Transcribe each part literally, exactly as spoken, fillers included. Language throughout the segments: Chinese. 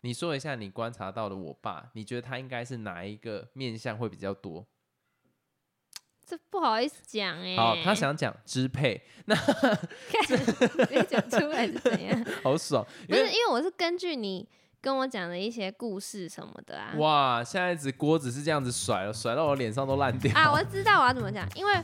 你说一下你观察到的我爸，你觉得他应该是哪一个面向会比较多？ 这不好意思讲哎、欸。 好，他想讲支配，那直接讲出来是怎样？ 好爽， 不是因为我是根据你跟我讲的一些故事什么的啊。 哇，现在子锅子是这样子甩了，甩到我脸上都烂掉啊！我知道我要怎么讲，因为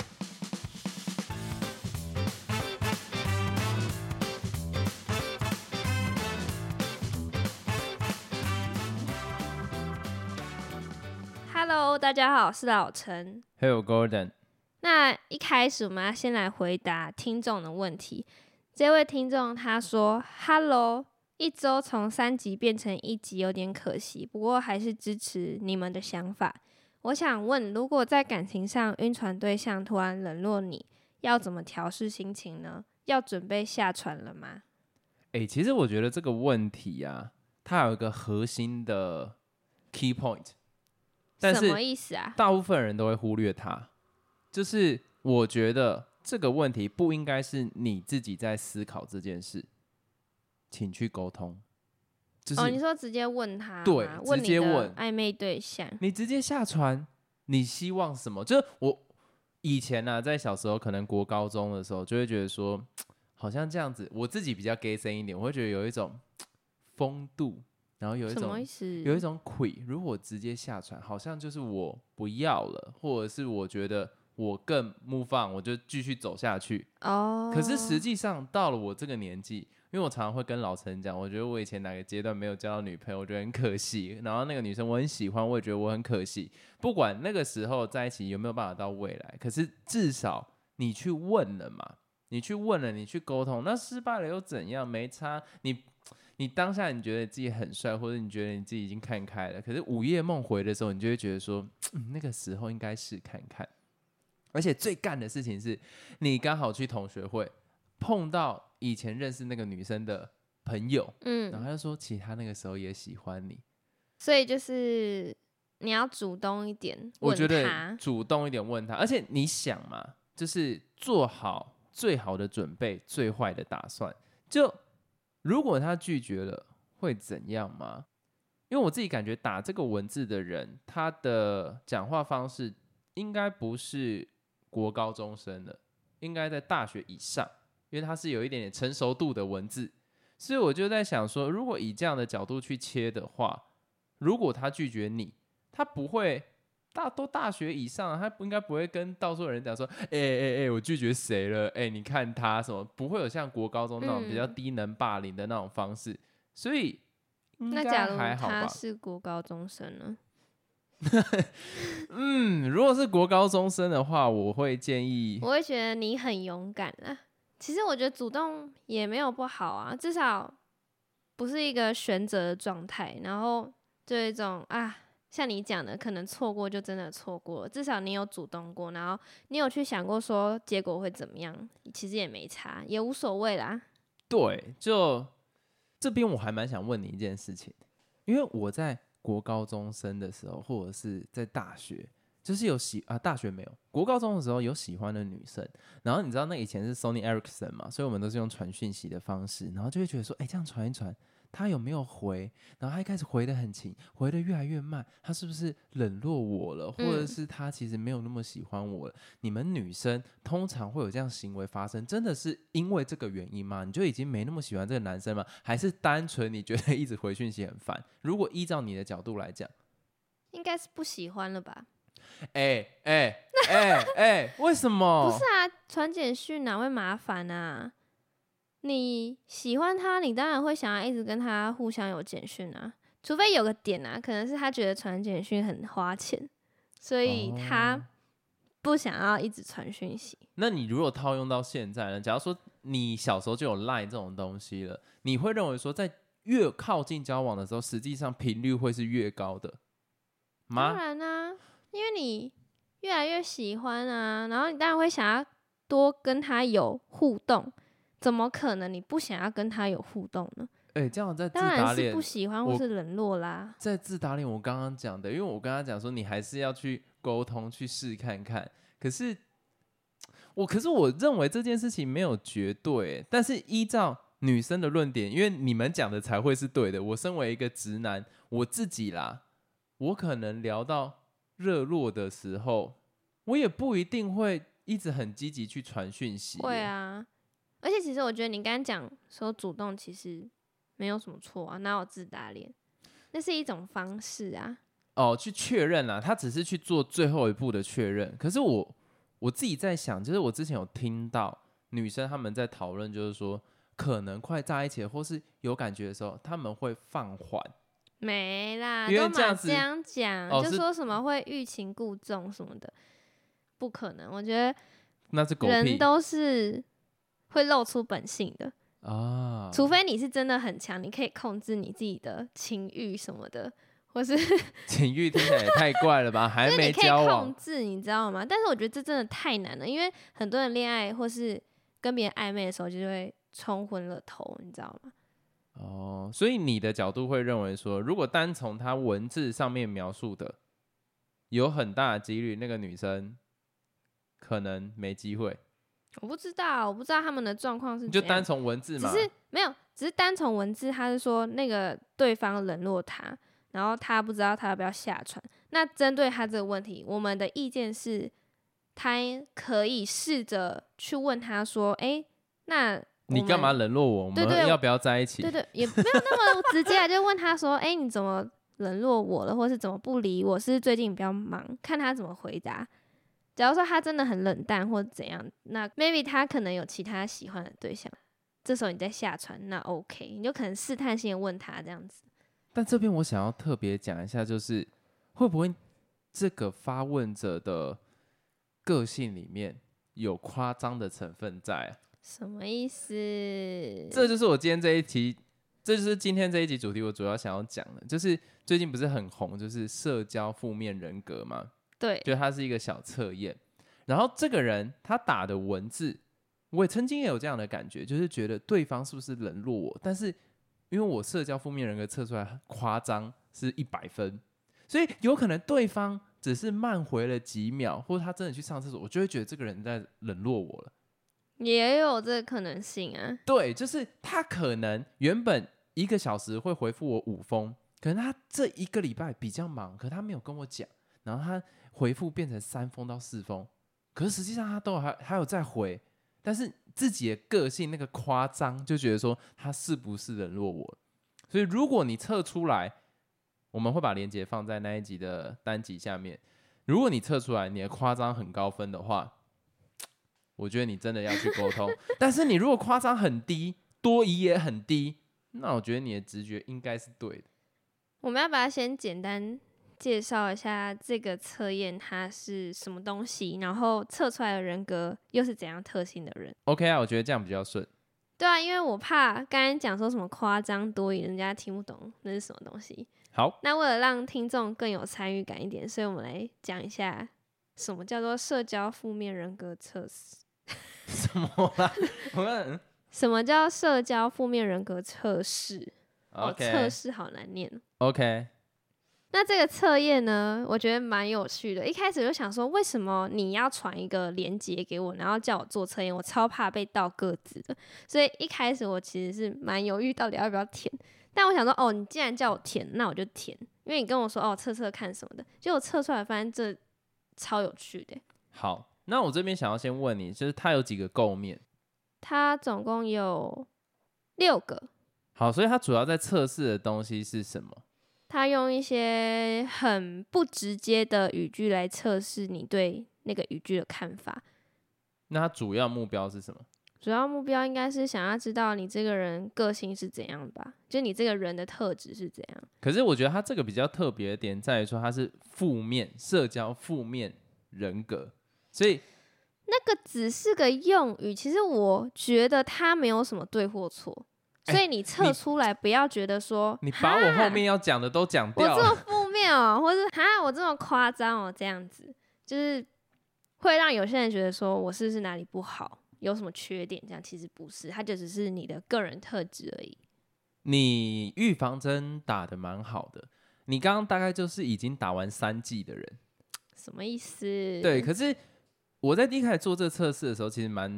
Hello， 大家好，我是老陈。 还有 Gordon。 那一开始我们要先来回答听众的问题。这位听众他说 ：“Hello， 一周从三集变成一集有点可惜，不过还是支持你们的想法。我想问，如果在感情上晕船对象突然冷落你，要怎么调试心情呢？要准备下船了吗？” 欸，其实我觉得这个问题啊，它有一个核心的 key point， 但是什么意思啊？ 大部分人都会忽略它。就是我觉得这个问题不应该是你自己在思考这件事，请去沟通。就是、 哦，你说直接问他吗？ 对，直接问问你的暧昧对象， 你直接下船，你希望什么？就是我以前啊，在小时候可能国高中的时候，就会觉得说，好像这样子，我自己比较 gay 森一点，我会觉得有一种风度，然后有一种什么意思？ 有一种愧。如果直接下船，好像就是我不要了，或者是我觉得我更 move on， 我就继续走下去。 哦， 可是实际上到了我这个年纪，因为我常常会跟老陈讲，我觉得我以前哪个阶段没有交到女朋友，我觉得很可惜。然后那个女生我很喜欢，我也觉得我很可惜。不管那个时候在一起有没有办法到未来，可是至少你去问了嘛，你去问了，你去沟通，那失败了又怎样？没差。你你当下你觉得自己很帅，或者你觉得你自己已经看开了，可是午夜梦回的时候，你就会觉得说，嗯，那个时候应该试看看。而且最干的事情是，你刚好去同学会碰到以前认识那个女生的朋友，嗯，然后他就说，其实他那个时候也喜欢你， 所以就是你要主动一点问他， 我觉得主动一点问他，而且你想嘛，就是做好最好的准备，最坏的打算。就如果他拒绝了，会怎样吗？因为我自己感觉打这个文字的人，他的讲话方式应该不是国高中生的，应该在大学以上，因为它是有一点点成熟度的文字，所以我就在想说，如果以这样的角度去切的话，如果他拒绝你，他不会大都大学以上，他应该不会跟到处的人讲说，哎哎哎，我拒绝谁了？哎、欸，你看他什么，不会有像国高中那种比较低能霸凌的那种方式，所以应该还好吧。 那假如他是国高中生呢？ 嗯，如果是国高中生的话，我会建议， 我会觉得你很勇敢啊。其实我觉得主动也没有不好啊，至少不是一个选择的状态，然后就有一种啊，像你讲的，可能错过就真的错过了，至少你有主动过，然后你有去想过说结果会怎么样，其实也没差，也无所谓啦。 对，就这边我还蛮想问你一件事情，因为我在国高中生的时候，或者是在大学，就是有喜啊，大学没有，国高中的时候有喜欢的女生，然后你知道那以前是 Sony Ericsson 嘛，所以我们都是用传讯息的方式，然后就会觉得说，哎，这样传一传，他有没有回？然后他一开始回得很勤，回得越来越慢，他是不是冷落我了？或者是他其实没有那么喜欢我了？嗯、你们女生通常会有这样行为发生，真的是因为这个原因吗？你就已经没那么喜欢这个男生吗？还是单纯你觉得一直回讯息很烦？如果依照你的角度来讲， 应该是不喜欢了吧？ 哎哎哎哎，为什么？ 不是啊，传简讯哪会麻烦啊？你喜欢他，你当然会想要一直跟他互相有简讯啊，除非有个点啊，可能是他觉得传简讯很花钱，所以他不想要一直传讯息。哦、 那你如果套用到现在呢？假如说你小时候就有 LINE 这种东西了，你会认为说，在越靠近交往的时候，实际上频率会是越高的吗？ 当然啊，因为你越来越喜欢啊，然后你当然会想要多跟他有互动。怎么可能你不想要跟他有互动呢？ 哎、欸，这样在自当然打脸， 是不喜欢或是冷落啦。 在自打脸，我刚刚讲的，因为我跟他讲说，你还是要去沟通，去试看看。可是我，可是我认为这件事情没有绝对，但是依照女生的论点，因为你们讲的才会是对的。我身为一个直男，我自己啦，我可能聊到热络的时候，我也不一定会一直很积极去传讯息。 会啊，而且其实我觉得你刚刚讲说主动，其实没有什么错啊，哪有自打脸？那是一种方式啊。 哦，去确认啊，他只是去做最后一步的确认。可是我我自己在想，就是我之前有听到女生他们在讨论，就是说可能快在一起了或是有感觉的时候，他们会放缓。 没啦， 因为都这样子嘛这样讲， 哦就说什么会欲擒故纵什么的，不可能。我觉得那是狗屁人都是会露出本性的啊， 除非你是真的很强，你可以控制你自己的情欲什么的，或是情欲听起来也太怪了吧？还没就是你可以交往控制，你知道吗？但是我觉得这真的太难了，因为很多人恋爱或是跟别人暧昧的时候，就会冲昏了头，你知道吗？ 哦，所以你的角度会认为说，如果单从他文字上面描述的，有很大的几率那个女生可能没机会。 我不知道，我不知道他们的状况是怎样， 就单从文字嘛， 只是没有，只是单从文字，他是说那个对方冷落他，然后他不知道他要不要下船。那针对他这个问题，我们的意见是，他可以试着去问他说：“哎、欸，那你干嘛冷落我？我对对们要不要在一起？” 对对，也没有那么直接啊，就问他说：“哎、欸，你怎么冷落我了，或是怎么不理我？是最近比较忙？”看他怎么回答。假如说他真的很冷淡或怎样，那 maybe 他可能有其他喜欢的对象，这时候你再下船，那 OK， 你就可能试探性问他这样子。 但这边我想要特别讲一下，就是会不会这个发问者的个性里面有夸张的成分在啊？ 什么意思？ 这就是我今天这一题，这就是今天这一集主题，我主要想要讲的，就是最近不是很红，就是社交负面人格嘛。 对， 就它是一个小测验，然后这个人他打的文字，我也曾经也有这样的感觉，就是觉得对方是不是冷落我，但是因为我社交负面人格测出来很夸张是一百分，所以有可能对方只是慢回了几秒，或者他真的去上厕所，我就会觉得这个人在冷落我了。 也有这个可能性啊。 对，就是他可能原本一个小时会回复我五封，可能他这一个礼拜比较忙，可他没有跟我讲，然后他回复变成三封到四封，可是实际上他都还还有在回，但是自己的个性那个夸张，就觉得说他是不是冷落我。所以如果你测出来，我们会把链接放在那一集的单集下面。如果你测出来你的夸张很高分的话，我觉得你真的要去沟通。但是你如果夸张很低，多疑也很低，那我觉得你的直觉应该是对的。 我们要把它先简单介绍一下这个测验它是什么东西，然后测出来的人格又是怎样特性的人。 OK 啊，我觉得这样比较顺。 对啊，因为我怕刚刚讲说什么夸张多疑，人家听不懂那是什么东西。 好， 那为了让听众更有参与感一点，所以我们来讲一下什么叫做社交负面人格测试。 什么啦？我看什么叫社交负面人格测试？哦， OK 测试好难念。 OK， 那这个测验呢，我觉得蛮有趣的。一开始我就想说，为什么你要传一个连结给我，然后叫我做测验？我超怕被盗个子的，所以一开始我其实是蛮犹豫，到底要不要填。但我想说，哦，你既然叫我填，那我就填，因为你跟我说，哦，测测看什么的，结果测出来发现这超有趣的。 好，那我这边想要先问你，就是它有几个构面？ 它总共有六个。 好，所以它主要在测试的东西是什么？ 他用一些很不直接的语句来测试你对那个语句的看法。 那它主要目标是什么？ 主要目标应该是想要知道你这个人个性是怎样吧，就你这个人的特质是怎样。 可是我觉得它这个比较特别的点在于说它是负面社交负面人格，所以那个只是个用语，其实我觉得它没有什么对或错。所以你测出来不要觉得说、 欸、你把我后面要讲的都讲掉了， 我这么负面哦，或是哈我这么夸张哦，这样子就是会让有些人觉得说我是不是哪里不好，有什么缺点，这样其实不是，它就只是你的个人特质而已。 你预防针打得蛮好的，你刚刚大概就是已经打完三剂的人。 什么意思？ 对，可是我在第一开始做这个测试的时候，其实蛮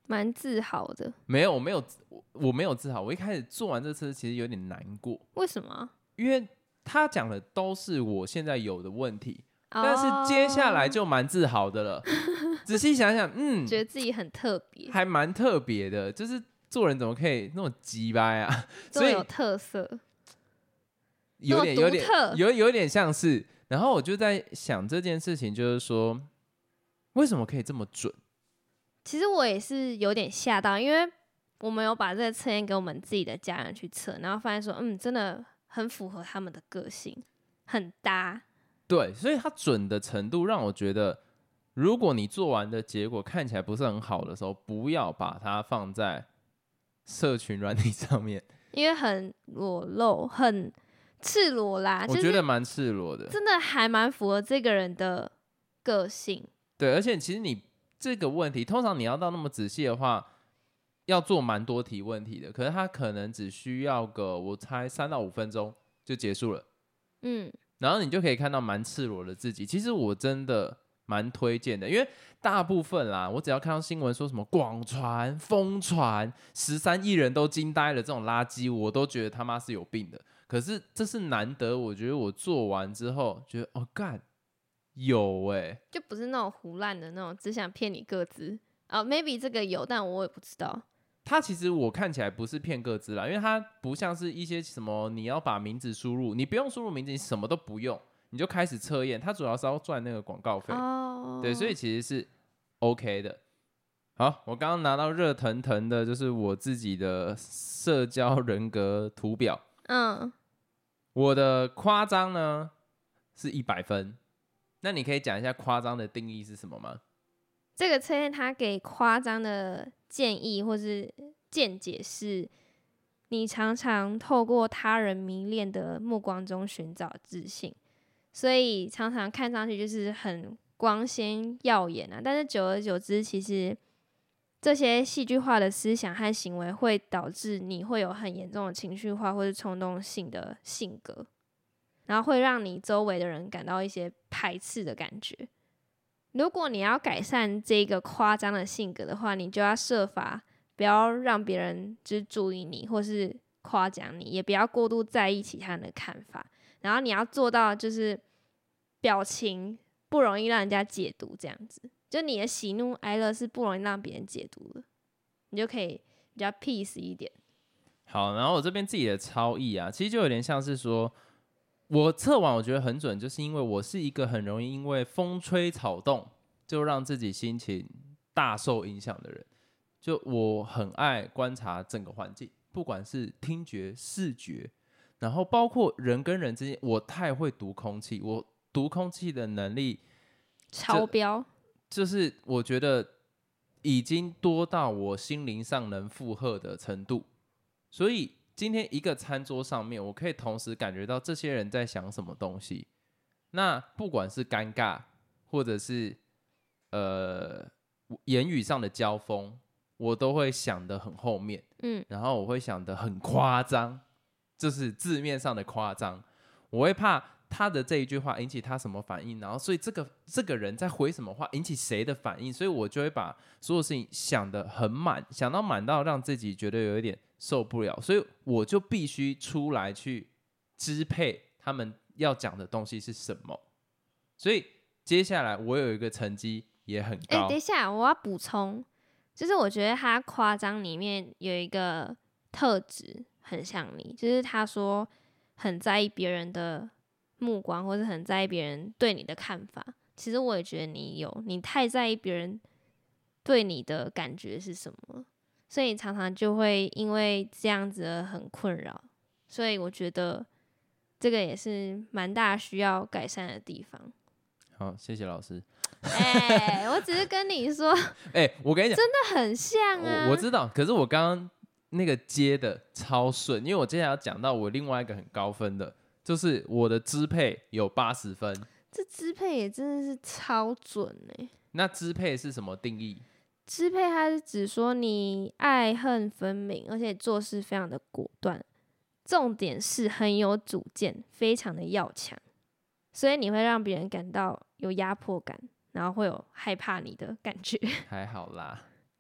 蛮自豪的。 没有，我没有，我没有自豪。我一开始做完这次其实有点难过。 为什么？ 因为他讲的都是我现在有的问题，哦、但是接下来就蛮自豪的了。仔细想想，嗯， 觉得自己很特别， 还蛮特别的。就是做人怎么可以那么鸡掰啊？ 这么有特色， 有点有点有有点像是。然后我就在想这件事情，就是说，为什么可以这么准？ 其实我也是有点吓到，因为我们有把这个测验给我们自己的家人去测，然后发现说，嗯，真的很符合他们的个性，很搭。 对，所以它准的程度让我觉得，如果你做完的结果看起来不是很好的时候，不要把它放在社群软体上面， 因为很裸露，很赤裸啦。 我觉得蛮赤裸的， 真的还蛮符合这个人的个性。 对，而且其实你这个问题，通常你要到那么仔细的话，要做蛮多题问题的。可是他可能只需要个，我猜三到五分钟就结束了。嗯，然后你就可以看到蛮赤裸的自己。其实我真的蛮推荐的，因为大部分啦，我只要看到新闻说什么广传、疯传，十三亿人都惊呆了这种垃圾，我都觉得他妈是有病的。可是这是难得，我觉得我做完之后，觉得哦干。有哎、欸， 就不是那种胡乱的那种，只想骗你个资啊、uh, ，maybe 这个有，但我也不知道。 他其实我看起来不是骗个资啦，因为他不像是一些什么你要把名字输入，你不用输入名字，你什么都不用，你就开始测验。他主要是要赚那个广告费，哦，对，所以其实是 OK 的。好，我刚刚拿到热腾腾的，就是我自己的社交人格图表。嗯，我的夸张呢是一百分。那你可以讲一下夸张的定义是什么吗？ 这个测验它给夸张的建议或是见解是，你常常透过他人迷恋的目光中寻找自信，所以常常看上去就是很光鲜耀眼啊，但是久而久之，其实这些戏剧化的思想和行为会导致你会有很严重的情绪化或是冲动性的性格。然后会让你周围的人感到一些排斥的感觉。如果你要改善这个夸张的性格的话，你就要设法不要让别人只注意你或是夸奖你，也不要过度在意其他人的看法。然后你要做到就是表情不容易让人家解读，这样子，就你的喜怒哀乐是不容易让别人解读的，你就可以比较 peace 一点。 好，然后我这边自己的超意啊，其实就有点像是说。我测完我觉得很准，就是因为我是一个很容易因为风吹草动就让自己心情大受影响的人。就我很爱观察整个环境，不管是听觉、视觉，然后包括人跟人之间，我太会读空气，我读空气的能力超标， 就是我觉得已经多到我心灵上能负荷的程度，所以。今天一个餐桌上面，我可以同时感觉到这些人在想什么东西。那不管是尴尬，或者是呃言语上的交锋，我都会想得很后面，嗯，然后我会想得很夸张，就是字面上的夸张。我会怕他的这一句话引起他什么反应，然后所以这个这个人在回什么话引起谁的反应，所以我就会把所有事情想得很满，想到满到让自己觉得有一点。受不了，所以我就必须出来去支配他们要讲的东西是什么。所以接下来我有一个成绩也很高。哎、 欸，等一下，我要补充，就是我觉得他夸张里面有一个特质很像你，就是他说很在意别人的目光，或是很在意别人对你的看法。其实我也觉得你有，你太在意别人对你的感觉是什么。所以常常就会因为这样子而很困扰，所以我觉得这个也是蛮大需要改善的地方。 好，谢谢老师。 哎、欸，我只是跟你说， 哎、欸，我跟你讲， 真的很像啊。 我, 我知道，可是我刚刚那个接的超顺，因为我接下来要讲到我另外一个很高分的，就是我的支配有八十分。 这支配也真的是超准哎、欸。 那支配是什么定义？ 支配它是指说你爱恨分明，而且做事非常的果断，重点是很有主见，非常的要强，所以你会让别人感到有压迫感，然后会有害怕你的感觉。 还好啦。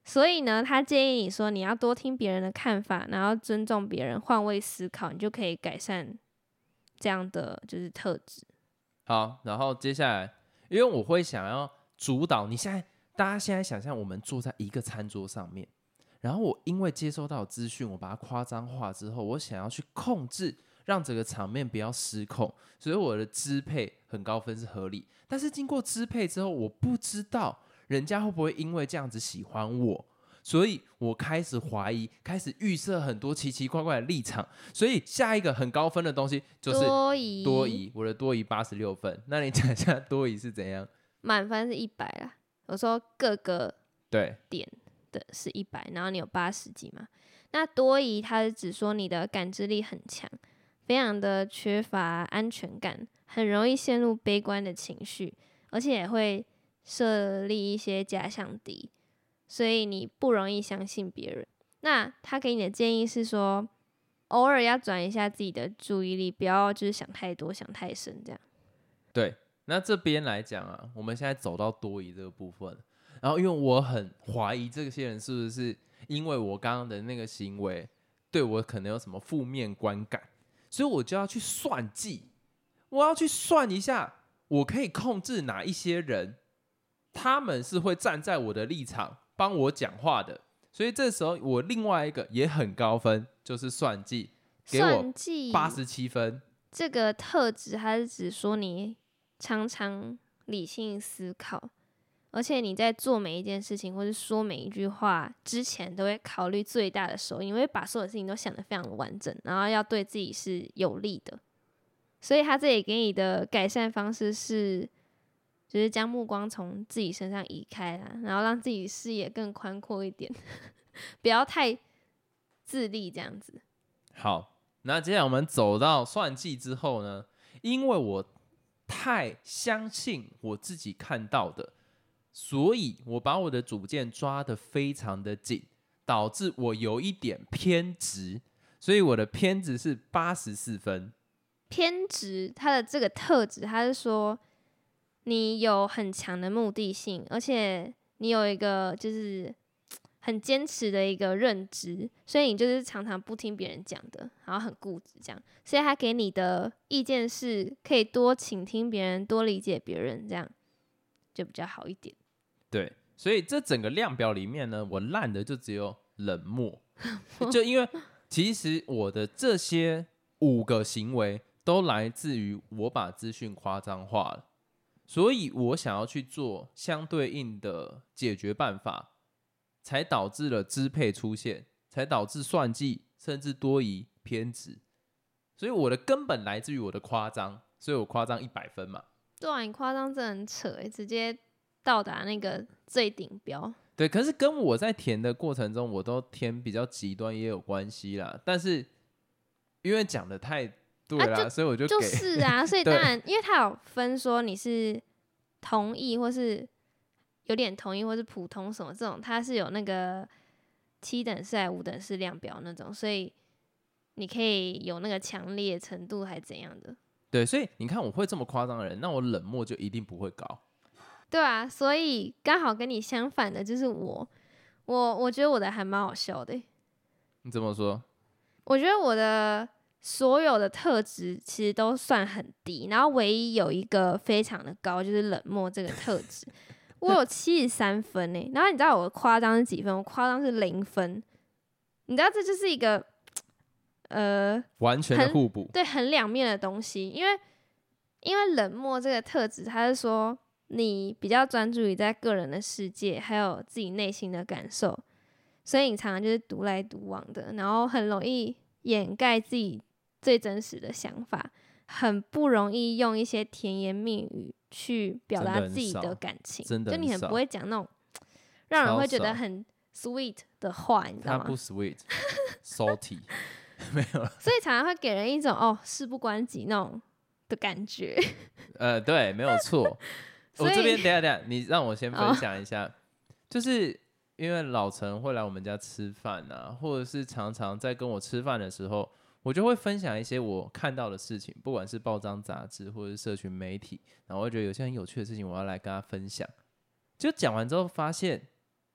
所以呢，他建议你说你要多听别人的看法，然后尊重别人，换位思考，你就可以改善这样的就是特质。 好，然后接下来，因为我会想要主导你现在，大家现在想象我们坐在一个餐桌上面，然后我因为接收到资讯，我把它夸张化之后，我想要去控制，让整个场面不要失控，所以我的支配很高分是合理。但是经过支配之后，我不知道人家会不会因为这样子喜欢我，所以我开始怀疑，开始预设很多奇奇怪怪的立场，所以下一个很高分的东西就是多疑， 多疑，我的多疑八十六分。那你讲一下多疑是怎样？ 满分是一百啦，我说各个对点的是一百，然后你有八十几嘛？那多疑它是指说你的感知力很强，非常的缺乏安全感，很容易陷入悲观的情绪，而且也会设立一些假想敌，所以你不容易相信别人。那他给你的建议是说，偶尔要转一下自己的注意力，不要就是想太多、想太深这样。 对，那这边来讲啊，我们现在走到多疑这个部分，然后因为我很怀疑这些人是不是因为我刚刚的那个行为对我可能有什么负面观感，所以我就要去算计，我要去算一下，我可以控制哪一些人，他们是会站在我的立场帮我讲话的。所以这时候我另外一个也很高分，就是算计，给我八十七分。 这个特质它是指说你常常理性思考，而且你在做每一件事情或是说每一句话之前都会考虑最大的收益，你会把所有事情都想得非常的完整，然后要对自己是有利的。所以他这里给你的改善方式是，就是将目光从自己身上移开啦，然后让自己视野更宽阔一点，不要太自利这样子。 好，那接下来我们走到算计之后呢，因为我太相信我自己看到的，所以我把我的主见抓得非常的紧，导致我有一点偏执，所以我的偏执是八十四分。 偏执它的这个特质，它是说你有很强的目的性，而且你有一个就是很坚持的一个认知，所以你就是常常不听别人讲的，然后很固执这样。所以他给你的意见是可以多倾听别人，多理解别人，这样就比较好一点。 对，所以这整个量表里面呢，我烂的就只有冷漠，就因为其实我的这些五个行为都来自于我把资讯夸张化了，所以我想要去做相对应的解决办法，才导致了支配出现，才导致算计，甚至多疑偏执。所以我的根本来自于我的夸张，所以我夸张一百分嘛。 对啊，你夸张真的很扯欸，直接到达那个最顶标。 对，可是跟我在填的过程中，我都填比较极端也有关系啦。但是因为讲的太对啦， 啊、 所以我就给就是啊，所以当然，因为他有分说你是同意或是有点同意或是普通什么这种，它是有那个七等式还五等式量表那种，所以你可以有那个强烈程度还怎样的。 对，所以你看我会这么夸张的人，那我冷漠就一定不会高。 对啊，所以刚好跟你相反的就是我，我我觉得我的还蛮好笑的欸。 你怎么说？ 我觉得我的所有的特质其实都算很低，然后唯一有一个非常的高，就是冷漠这个特质，我有七十三分呢。然后你知道我的夸张是几分？我夸张是零分。你知道这就是一个呃完全的互补， 对，很两面的东西。因为因为冷漠这个特质，它是说你比较专注于在个人的世界，还有自己内心的感受，所以你常常就是独来独往的，然后很容易掩盖自己最真实的想法，很不容易用一些甜言蜜语去表达自己的感情， 真的很少， 就你很不会讲那种让人会觉得很 sweet 的话，你知道吗？ 它不 sweet salty 没有了， 所以常常会给人一种哦事不关己那种的感觉。 呃，对，没有错。我这边等一下等一下，你让我先分享一下，哦、就是因为老陈会来我们家吃饭啊，或者是常常在跟我吃饭的时候，我就会分享一些我看到的事情，不管是报章杂志或者是社群媒体，然后我觉得有些很有趣的事情，我要来跟他分享。就讲完之后发现，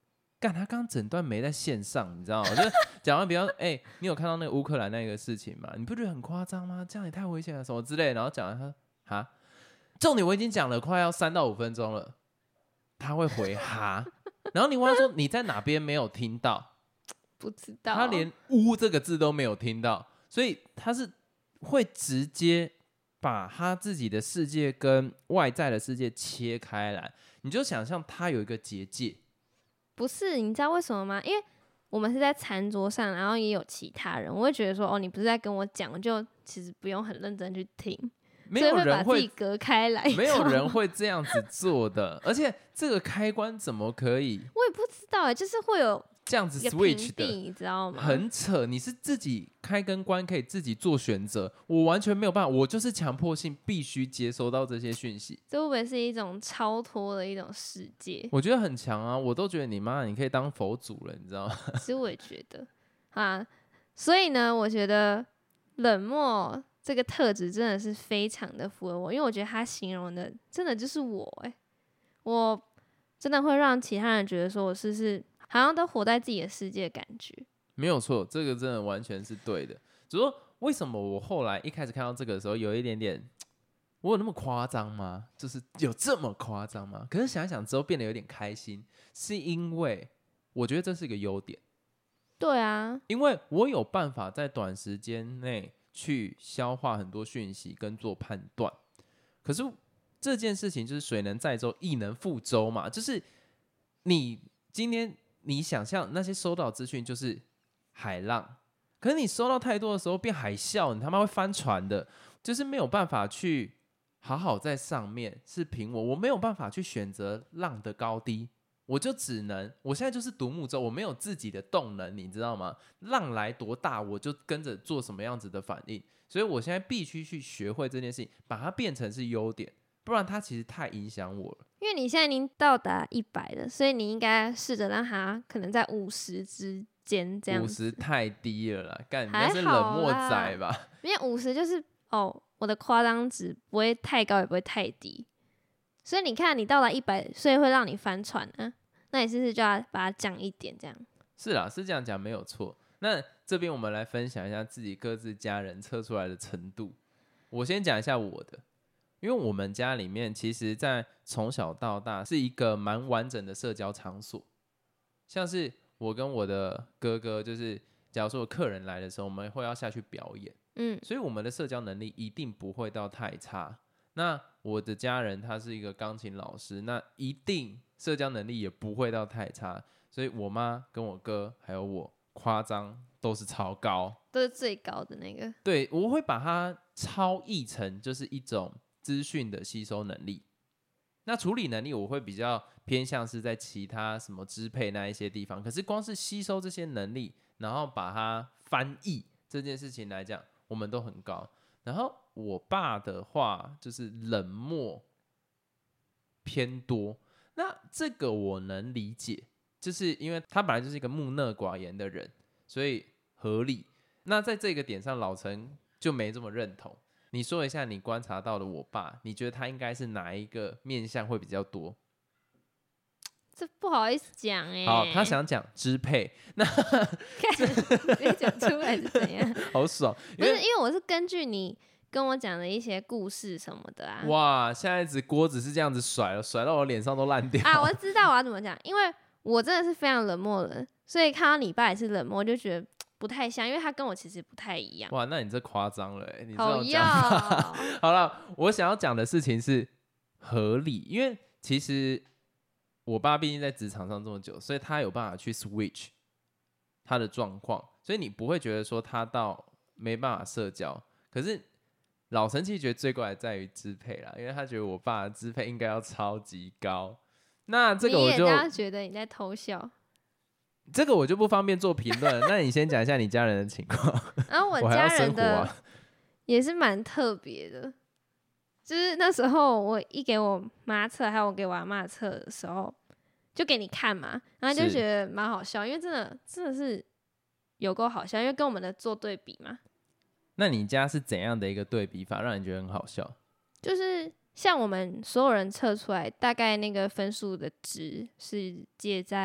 干他刚整段没在线上，你知道吗？就讲完比方，哎、欸，你有看到那个乌克兰那个事情吗？你不觉得很夸张吗？这样也太危险了，什么之类的。然后讲完他哈，重点我已经讲了快要三到五分钟了，他会回哈，然后你问他说你在哪边没有听到？ 不知道， 他连乌这个字都没有听到，所以他是会直接把他自己的世界跟外在的世界切开来，你就想象他有一个结界。 不是，你知道为什么吗？因为我们是在餐桌上，然后也有其他人，我会觉得说，哦，你不是在跟我讲，就其实不用很认真去听， 没有人会所以会把自己隔开来， 没有人会这样子做的，而且这个开关怎么可以？ 我也不知道哎，就是会有这样子 switch 的， 你知道吗？ 很扯，你是自己开跟关可以自己做选择，我完全没有办法，我就是强迫性必须接收到这些讯息。 这会不会是一种超脱的一种世界？ 我觉得很强啊，我都觉得你妈你可以当佛祖了，你知道吗？ 其实我也觉得啊，所以呢，我觉得冷漠这个特质真的是非常的符合我，因为我觉得他形容的真的就是我哎、欸，我真的会让其他人觉得说我是是好像都活在自己的世界的感觉。 没有错，这个真的完全是对的。只是说为什么我后来一开始看到这个的时候有一点点，我有那么夸张吗？就是有这么夸张吗？可是想一想之后变得有点开心，是因为我觉得这是一个优点。 对啊， 因为我有办法在短时间内去消化很多讯息跟做判断。可是这件事情就是水能载舟，亦能覆舟嘛，就是你今天你想象那些收到资讯就是海浪，可是你收到太多的时候变海啸，你他妈会翻船的，就是没有办法去好好在上面是平稳，我没有办法去选择浪的高低，我就只能我现在就是独木舟，我没有自己的动能，你知道吗？浪来多大我就跟着做什么样子的反应，所以我现在必须去学会这件事情，把它变成是优点，不然它其实太影响我了。 因为你现在已经到达一百了，所以你应该试着让它可能在五十之间这样子。 五十太低了啦，干，你那是冷漠仔吧？ 因为五十就是哦，我的夸张值不会太高，也不会太低，所以你看你到达一百，所以会让你翻船啊。那你是不是就要把它降一点这样？ 是啦，是这样讲没有错。那这边我们来分享一下自己各自家人测出来的程度。我先讲一下我的。因为我们家里面其实在从小到大是一个蛮完整的社交场所，像是我跟我的哥哥，就是假如说有客人来的时候，我们会要下去表演，嗯，所以我们的社交能力一定不会到太差。那我的家人他是一个钢琴老师，那一定社交能力也不会到太差，所以我妈跟我哥还有我夸张都是超高， 都是最高的那个。 对，我会把它超译成就是一种资讯的吸收能力，那处理能力我会比较偏向是在其他什么支配那一些地方，可是光是吸收这些能力，然后把它翻译这件事情来讲，我们都很高。然后我爸的话就是冷漠偏多，那这个我能理解，就是因为他本来就是一个木讷寡言的人，所以合理。那在这个点上，老陈就没这么认同。你说一下你观察到的我爸，你觉得他应该是哪一个面向会比较多？ 这不好意思讲哎、欸。 好，他想讲支配，那直接讲出来是怎样？ 好爽， 不是因为我是根据你跟我讲的一些故事什么的啊。 哇，现在子锅子是这样子甩了，甩到我脸上都烂掉啊！我知道我要怎么讲，因为我真的是非常冷漠的人，所以看到你爸也是冷漠，我就觉得不太像，因为他跟我其实不太一样。 哇，那你这夸张了、欸，你这种讲法。 好了，我想要讲的事情是合理，因为其实我爸毕竟在职场上这么久，所以他有办法去 switch 他的状况，所以你不会觉得说他到没办法社交。可是老陈其实觉得最怪在于支配啦，因为他觉得我爸的支配应该要超级高。那这个我就你也这样觉得你在偷笑。 这个我就不方便做评论，那你先讲一下你家人的情况。 然后我家人的也是蛮特别的，就是那时候我一给我妈测，还有我给我阿嬷测的时候，就给你看嘛，然后就觉得蛮好笑，因为真的真的是有够好笑，因为跟我们的做对比嘛。 那你家是怎样的一个对比法，让你觉得很好笑？ 就是像我们所有人测出来，大概那个分数的值是介在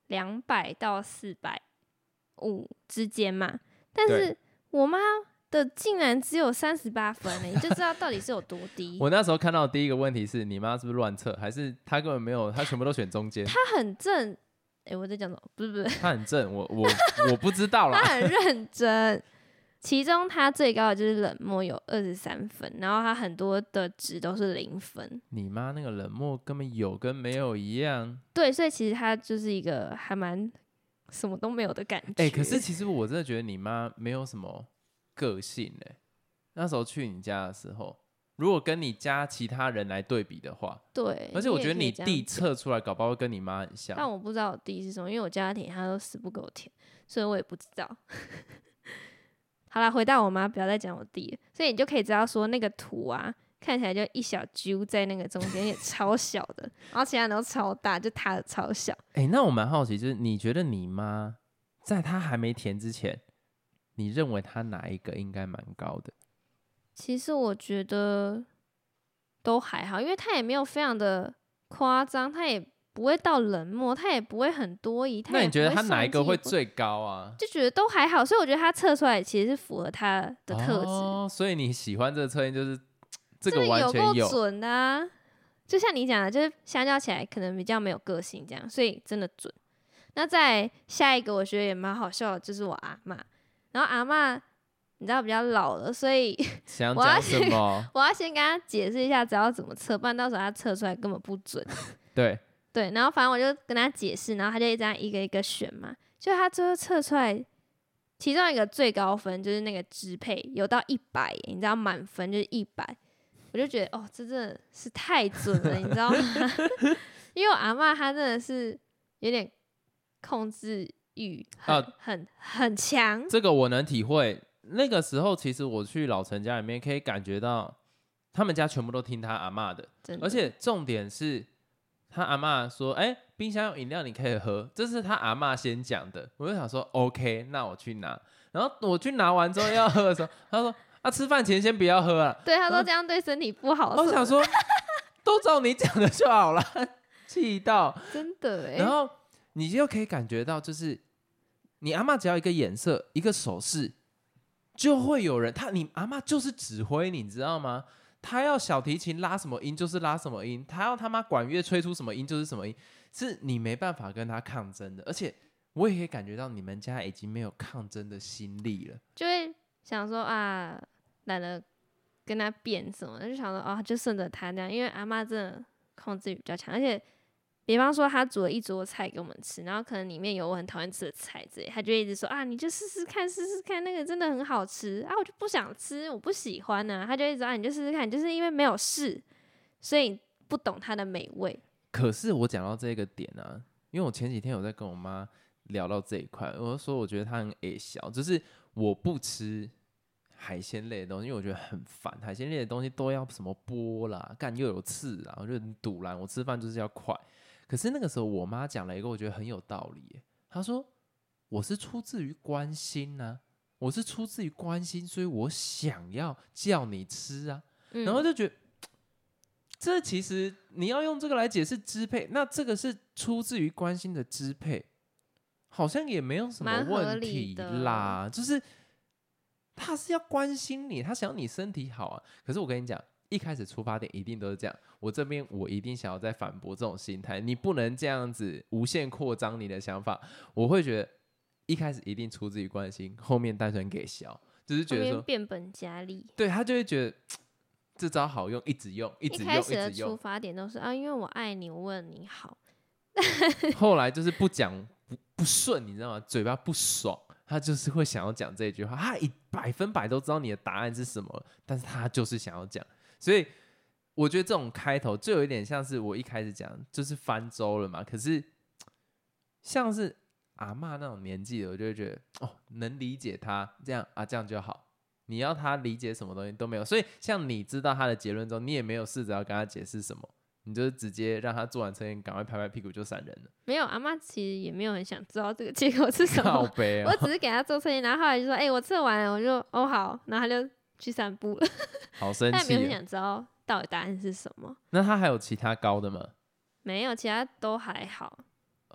两百到四百五之间嘛，但是我妈的竟然只有三十八分呢，你就知道到底是有多低。 我那时候看到的第一个问题是你妈是不是乱测，还是她根本没有，她全部都选中间？ 她很正，哎、欸，我在讲什么？不是不是， 她很正，我我我不知道啦。 她很认真。其中她最高的就是冷漠有二十三分，然后她很多的值都是零分。 你妈那个冷漠根本有跟没有一样。 对，所以其实她就是一个还蛮什么都没有的感觉。 哎、欸，可是其实我真的觉得你妈没有什么个性哎、欸。那时候去你家的时候，如果跟你家其他人来对比的话， 对， 而且我觉得你弟测出来搞不好会跟你妈很像。 但我不知道我弟是什么，因为我家填他都死不给我填，所以我也不知道。好啦，回到我妈，不要再讲我弟了。所以你就可以知道说那个图啊，看起来就一小揪在那个中间，也超小的，然后其他人都超大，就他的超小。 哎、欸，那我蛮好奇，就是你觉得你妈在她还没填之前，你认为她哪一个应该蛮高的？ 其实我觉得都还好，因为她也没有非常的夸张，她也不会到冷漠，她也不会很多疑。 那你觉得她哪一个会最高啊？ 就觉得都还好，所以我觉得她测出来其实是符合她的特质。 哦，所以你喜欢这个测验就是这个完全有够准的啊！就像你讲的，就是相较起来可能比较没有个性这样，所以真的准。那再下一个，我觉得也蛮好笑的，就是我阿嬷。然后阿嬷你知道比较老了，所以想讲什么？ 我要先跟他解释一下，只要怎么测，不然到时候他测出来根本不准。 对对，然后反正我就跟他解释，然后他就这样一个一个选嘛。就他最后测出来，其中一个最高分就是那个支配有到一百，你知道满分就是一百，我就觉得哦，这真的是太准了，你知道吗？因为我阿嬷她真的是有点控制欲很、呃、很很强， 这个我能体会。那个时候其实我去老陈家里面，可以感觉到他们家全部都听他阿嬷的，而且重点是他阿嬷说：“哎、欸，冰箱有饮料你可以喝。”这是他阿嬷先讲的，我就想说 ：“OK， 那我去拿。”然后我去拿完之后要喝的时候，他说：“啊，吃饭前先不要喝了。” 对，他说这样对身体不好。 我想说，都照你讲的就好了，气到真的哎。 然后你就可以感觉到，就是你阿嬷只要一个眼色、一个手势。就会有人，他你阿嬷就是指挥，你知道吗？他要小提琴拉什么音就是拉什么音，他要他妈管乐吹出什么音就是什么音，是你没办法跟他抗争的。而且我也可以感觉到你们家已经没有抗争的心力了， 就会想说啊，懒得跟他辩什么，就想说啊，就顺着他这样，因为阿嬷真的控制欲比较强，而且。比方说他煮了一桌菜给我们吃，然后可能里面有我很讨厌吃的菜之类，他就一直说啊，你就试试看，试试看，那个真的很好吃啊，我就不想吃，我不喜欢啊。他就一直说啊，你就试试看，就是因为没有试，所以不懂它的美味。 可是我讲到这个点啊，因为我前几天有在跟我妈聊到这一块，我就说我觉得她很矮小，就是我不吃海鲜类的东西，因为我觉得很烦，海鲜类的东西都要什么剥啦，干又有刺啊，我就很堵然，我吃饭就是要快。可是那个时候我妈讲了一个我觉得很有道理耶，她说我是出自于关心啊，我是出自于关心，所以我想要叫你吃啊、嗯、然后就觉得这其实你要用这个来解释支配，那这个是出自于关心的支配，好像也没有什么问题啦，就是他是要关心你，他想要你身体好啊。可是我跟你讲，一开始出发点一定都是这样，我这边我一定想要再反驳这种心态，你不能这样子无限扩张你的想法。我会觉得一开始一定出自于关心，后面单纯给小，就是觉得说变本加厉， 对，他就会觉得这招好用，一直用一直用一直用。 一开始的出发点都是啊，因为我爱你，我为了你好。 后来就是不讲不不顺，你知道吗？嘴巴不爽，他就是会想要讲这句话，他一百分百都知道你的答案是什么，但是他就是想要讲。所以我觉得这种开头就有一点像是我一开始讲，就是翻州了嘛。可是像是阿嬷那种年纪的，我就会觉得哦，能理解他这样啊，这样就好。你要他理解什么东西都没有，所以像你知道他的结论之后，你也没有试着要跟他解释什么，你就是直接让他做完测验，赶快拍拍屁股就闪人了。 没有，阿嬷其实也没有很想知道这个结果是什么， 靠北哦、 我只是给他做测验，然后后来就说，哎、欸，我测完了，我就哦好，然后他就去散步了。 好生气、啊， 但没有很想知道到底答案是什么。 那他还有其他高的吗？ 没有，其他都还好。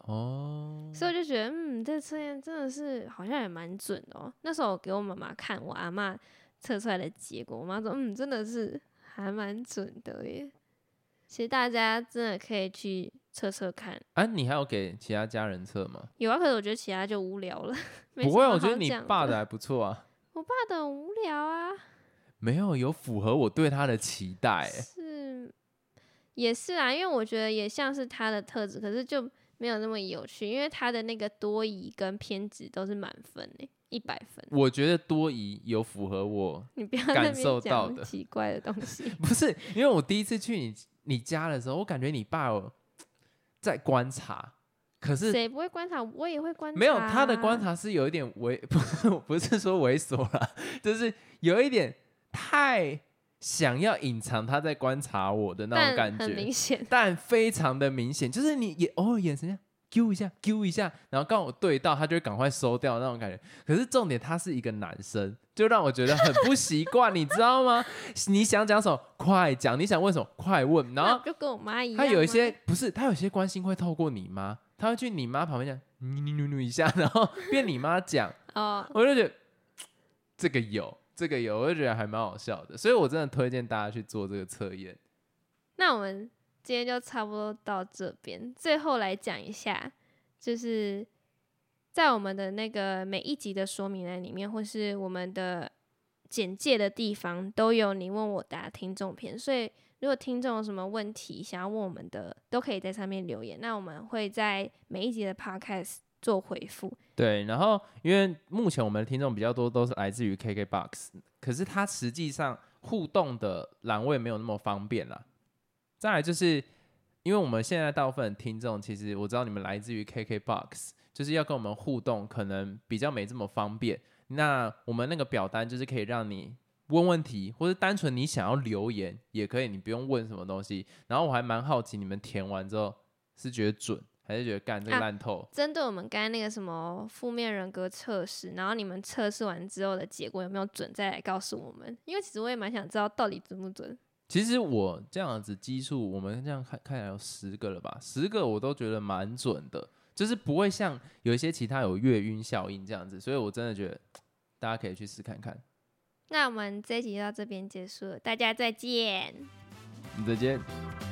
哦， 所以我就觉得，嗯，这测验真的是好像也蛮准的哦。那时候我给我妈妈看我阿嬷测出来的结果，我妈说，嗯，真的是还蛮准的耶。其实大家真的可以去测测看。 啊，你还有给其他家人测吗？ 有啊，可是我觉得其他就无聊了。 不会，我觉得你爸的还不错啊。 我爸的很无聊啊。 没有，有符合我对他的期待。 是，也是啊，因为我觉得也像是他的特质，可是就没有那么有趣，因为他的那个多疑跟偏执都是满分诶，一百分。 我觉得多疑有符合我感受到的奇怪的东西。 不是，因为我第一次去你你家的时候，我感觉你爸有在观察，可是谁不会观察？我也会观察、啊。 没有，他的观察是有一点猥，不是不是说猥琐啦，就是有一点太想要隐藏他在观察我的那种感觉， 但很明显， 但非常的明显，就是你也偶尔眼神这样揪一下揪一下，然后刚好对到，他就会赶快收掉那种感觉。可是重点他是一个男生，就让我觉得很不习惯，你知道吗？你想讲什么快讲，你想问什么快问，然后就跟我妈一样。 他有一些不是，他有些关心会透过你妈，他会去你妈旁边讲你你你一下，然后变你妈讲，哦，我就觉得这个有。这个有，我就觉得还蛮好笑的，所以我真的推荐大家去做这个测验。 那我们今天就差不多到这边，最后来讲一下，就是在我们的那个每一集的说明栏里面，或是我们的简介的地方，都有你问我答听众篇，所以如果听众有什么问题想要问我们的，都可以在上面留言，那我们会在每一集的 podcast做回复。 对，然后因为目前我们的听众比较多都是来自于 K K B O X， 可是它实际上互动的栏位没有那么方便啦。再来就是因为我们现在大部分的听众，其实我知道你们来自于 K K B O X， 就是要跟我们互动可能比较没这么方便。那我们那个表单就是可以让你问问题，或者单纯你想要留言也可以，你不用问什么东西。然后我还蛮好奇你们填完之后是觉得准还是觉得干这个烂透？ 针对我们刚才那个什么负面人格测试，然后你们测试完之后的结果有没有准，再来告诉我们。因为其实我也蛮想知道到底准不准。 其实我这样子基数，我们这样看看来有十个了吧？十个我都觉得蛮准的，就是不会像有一些其他有月晕效应这样子，所以我真的觉得大家可以去试看看。 那我们这一集就到这边结束了，大家再见。 再见。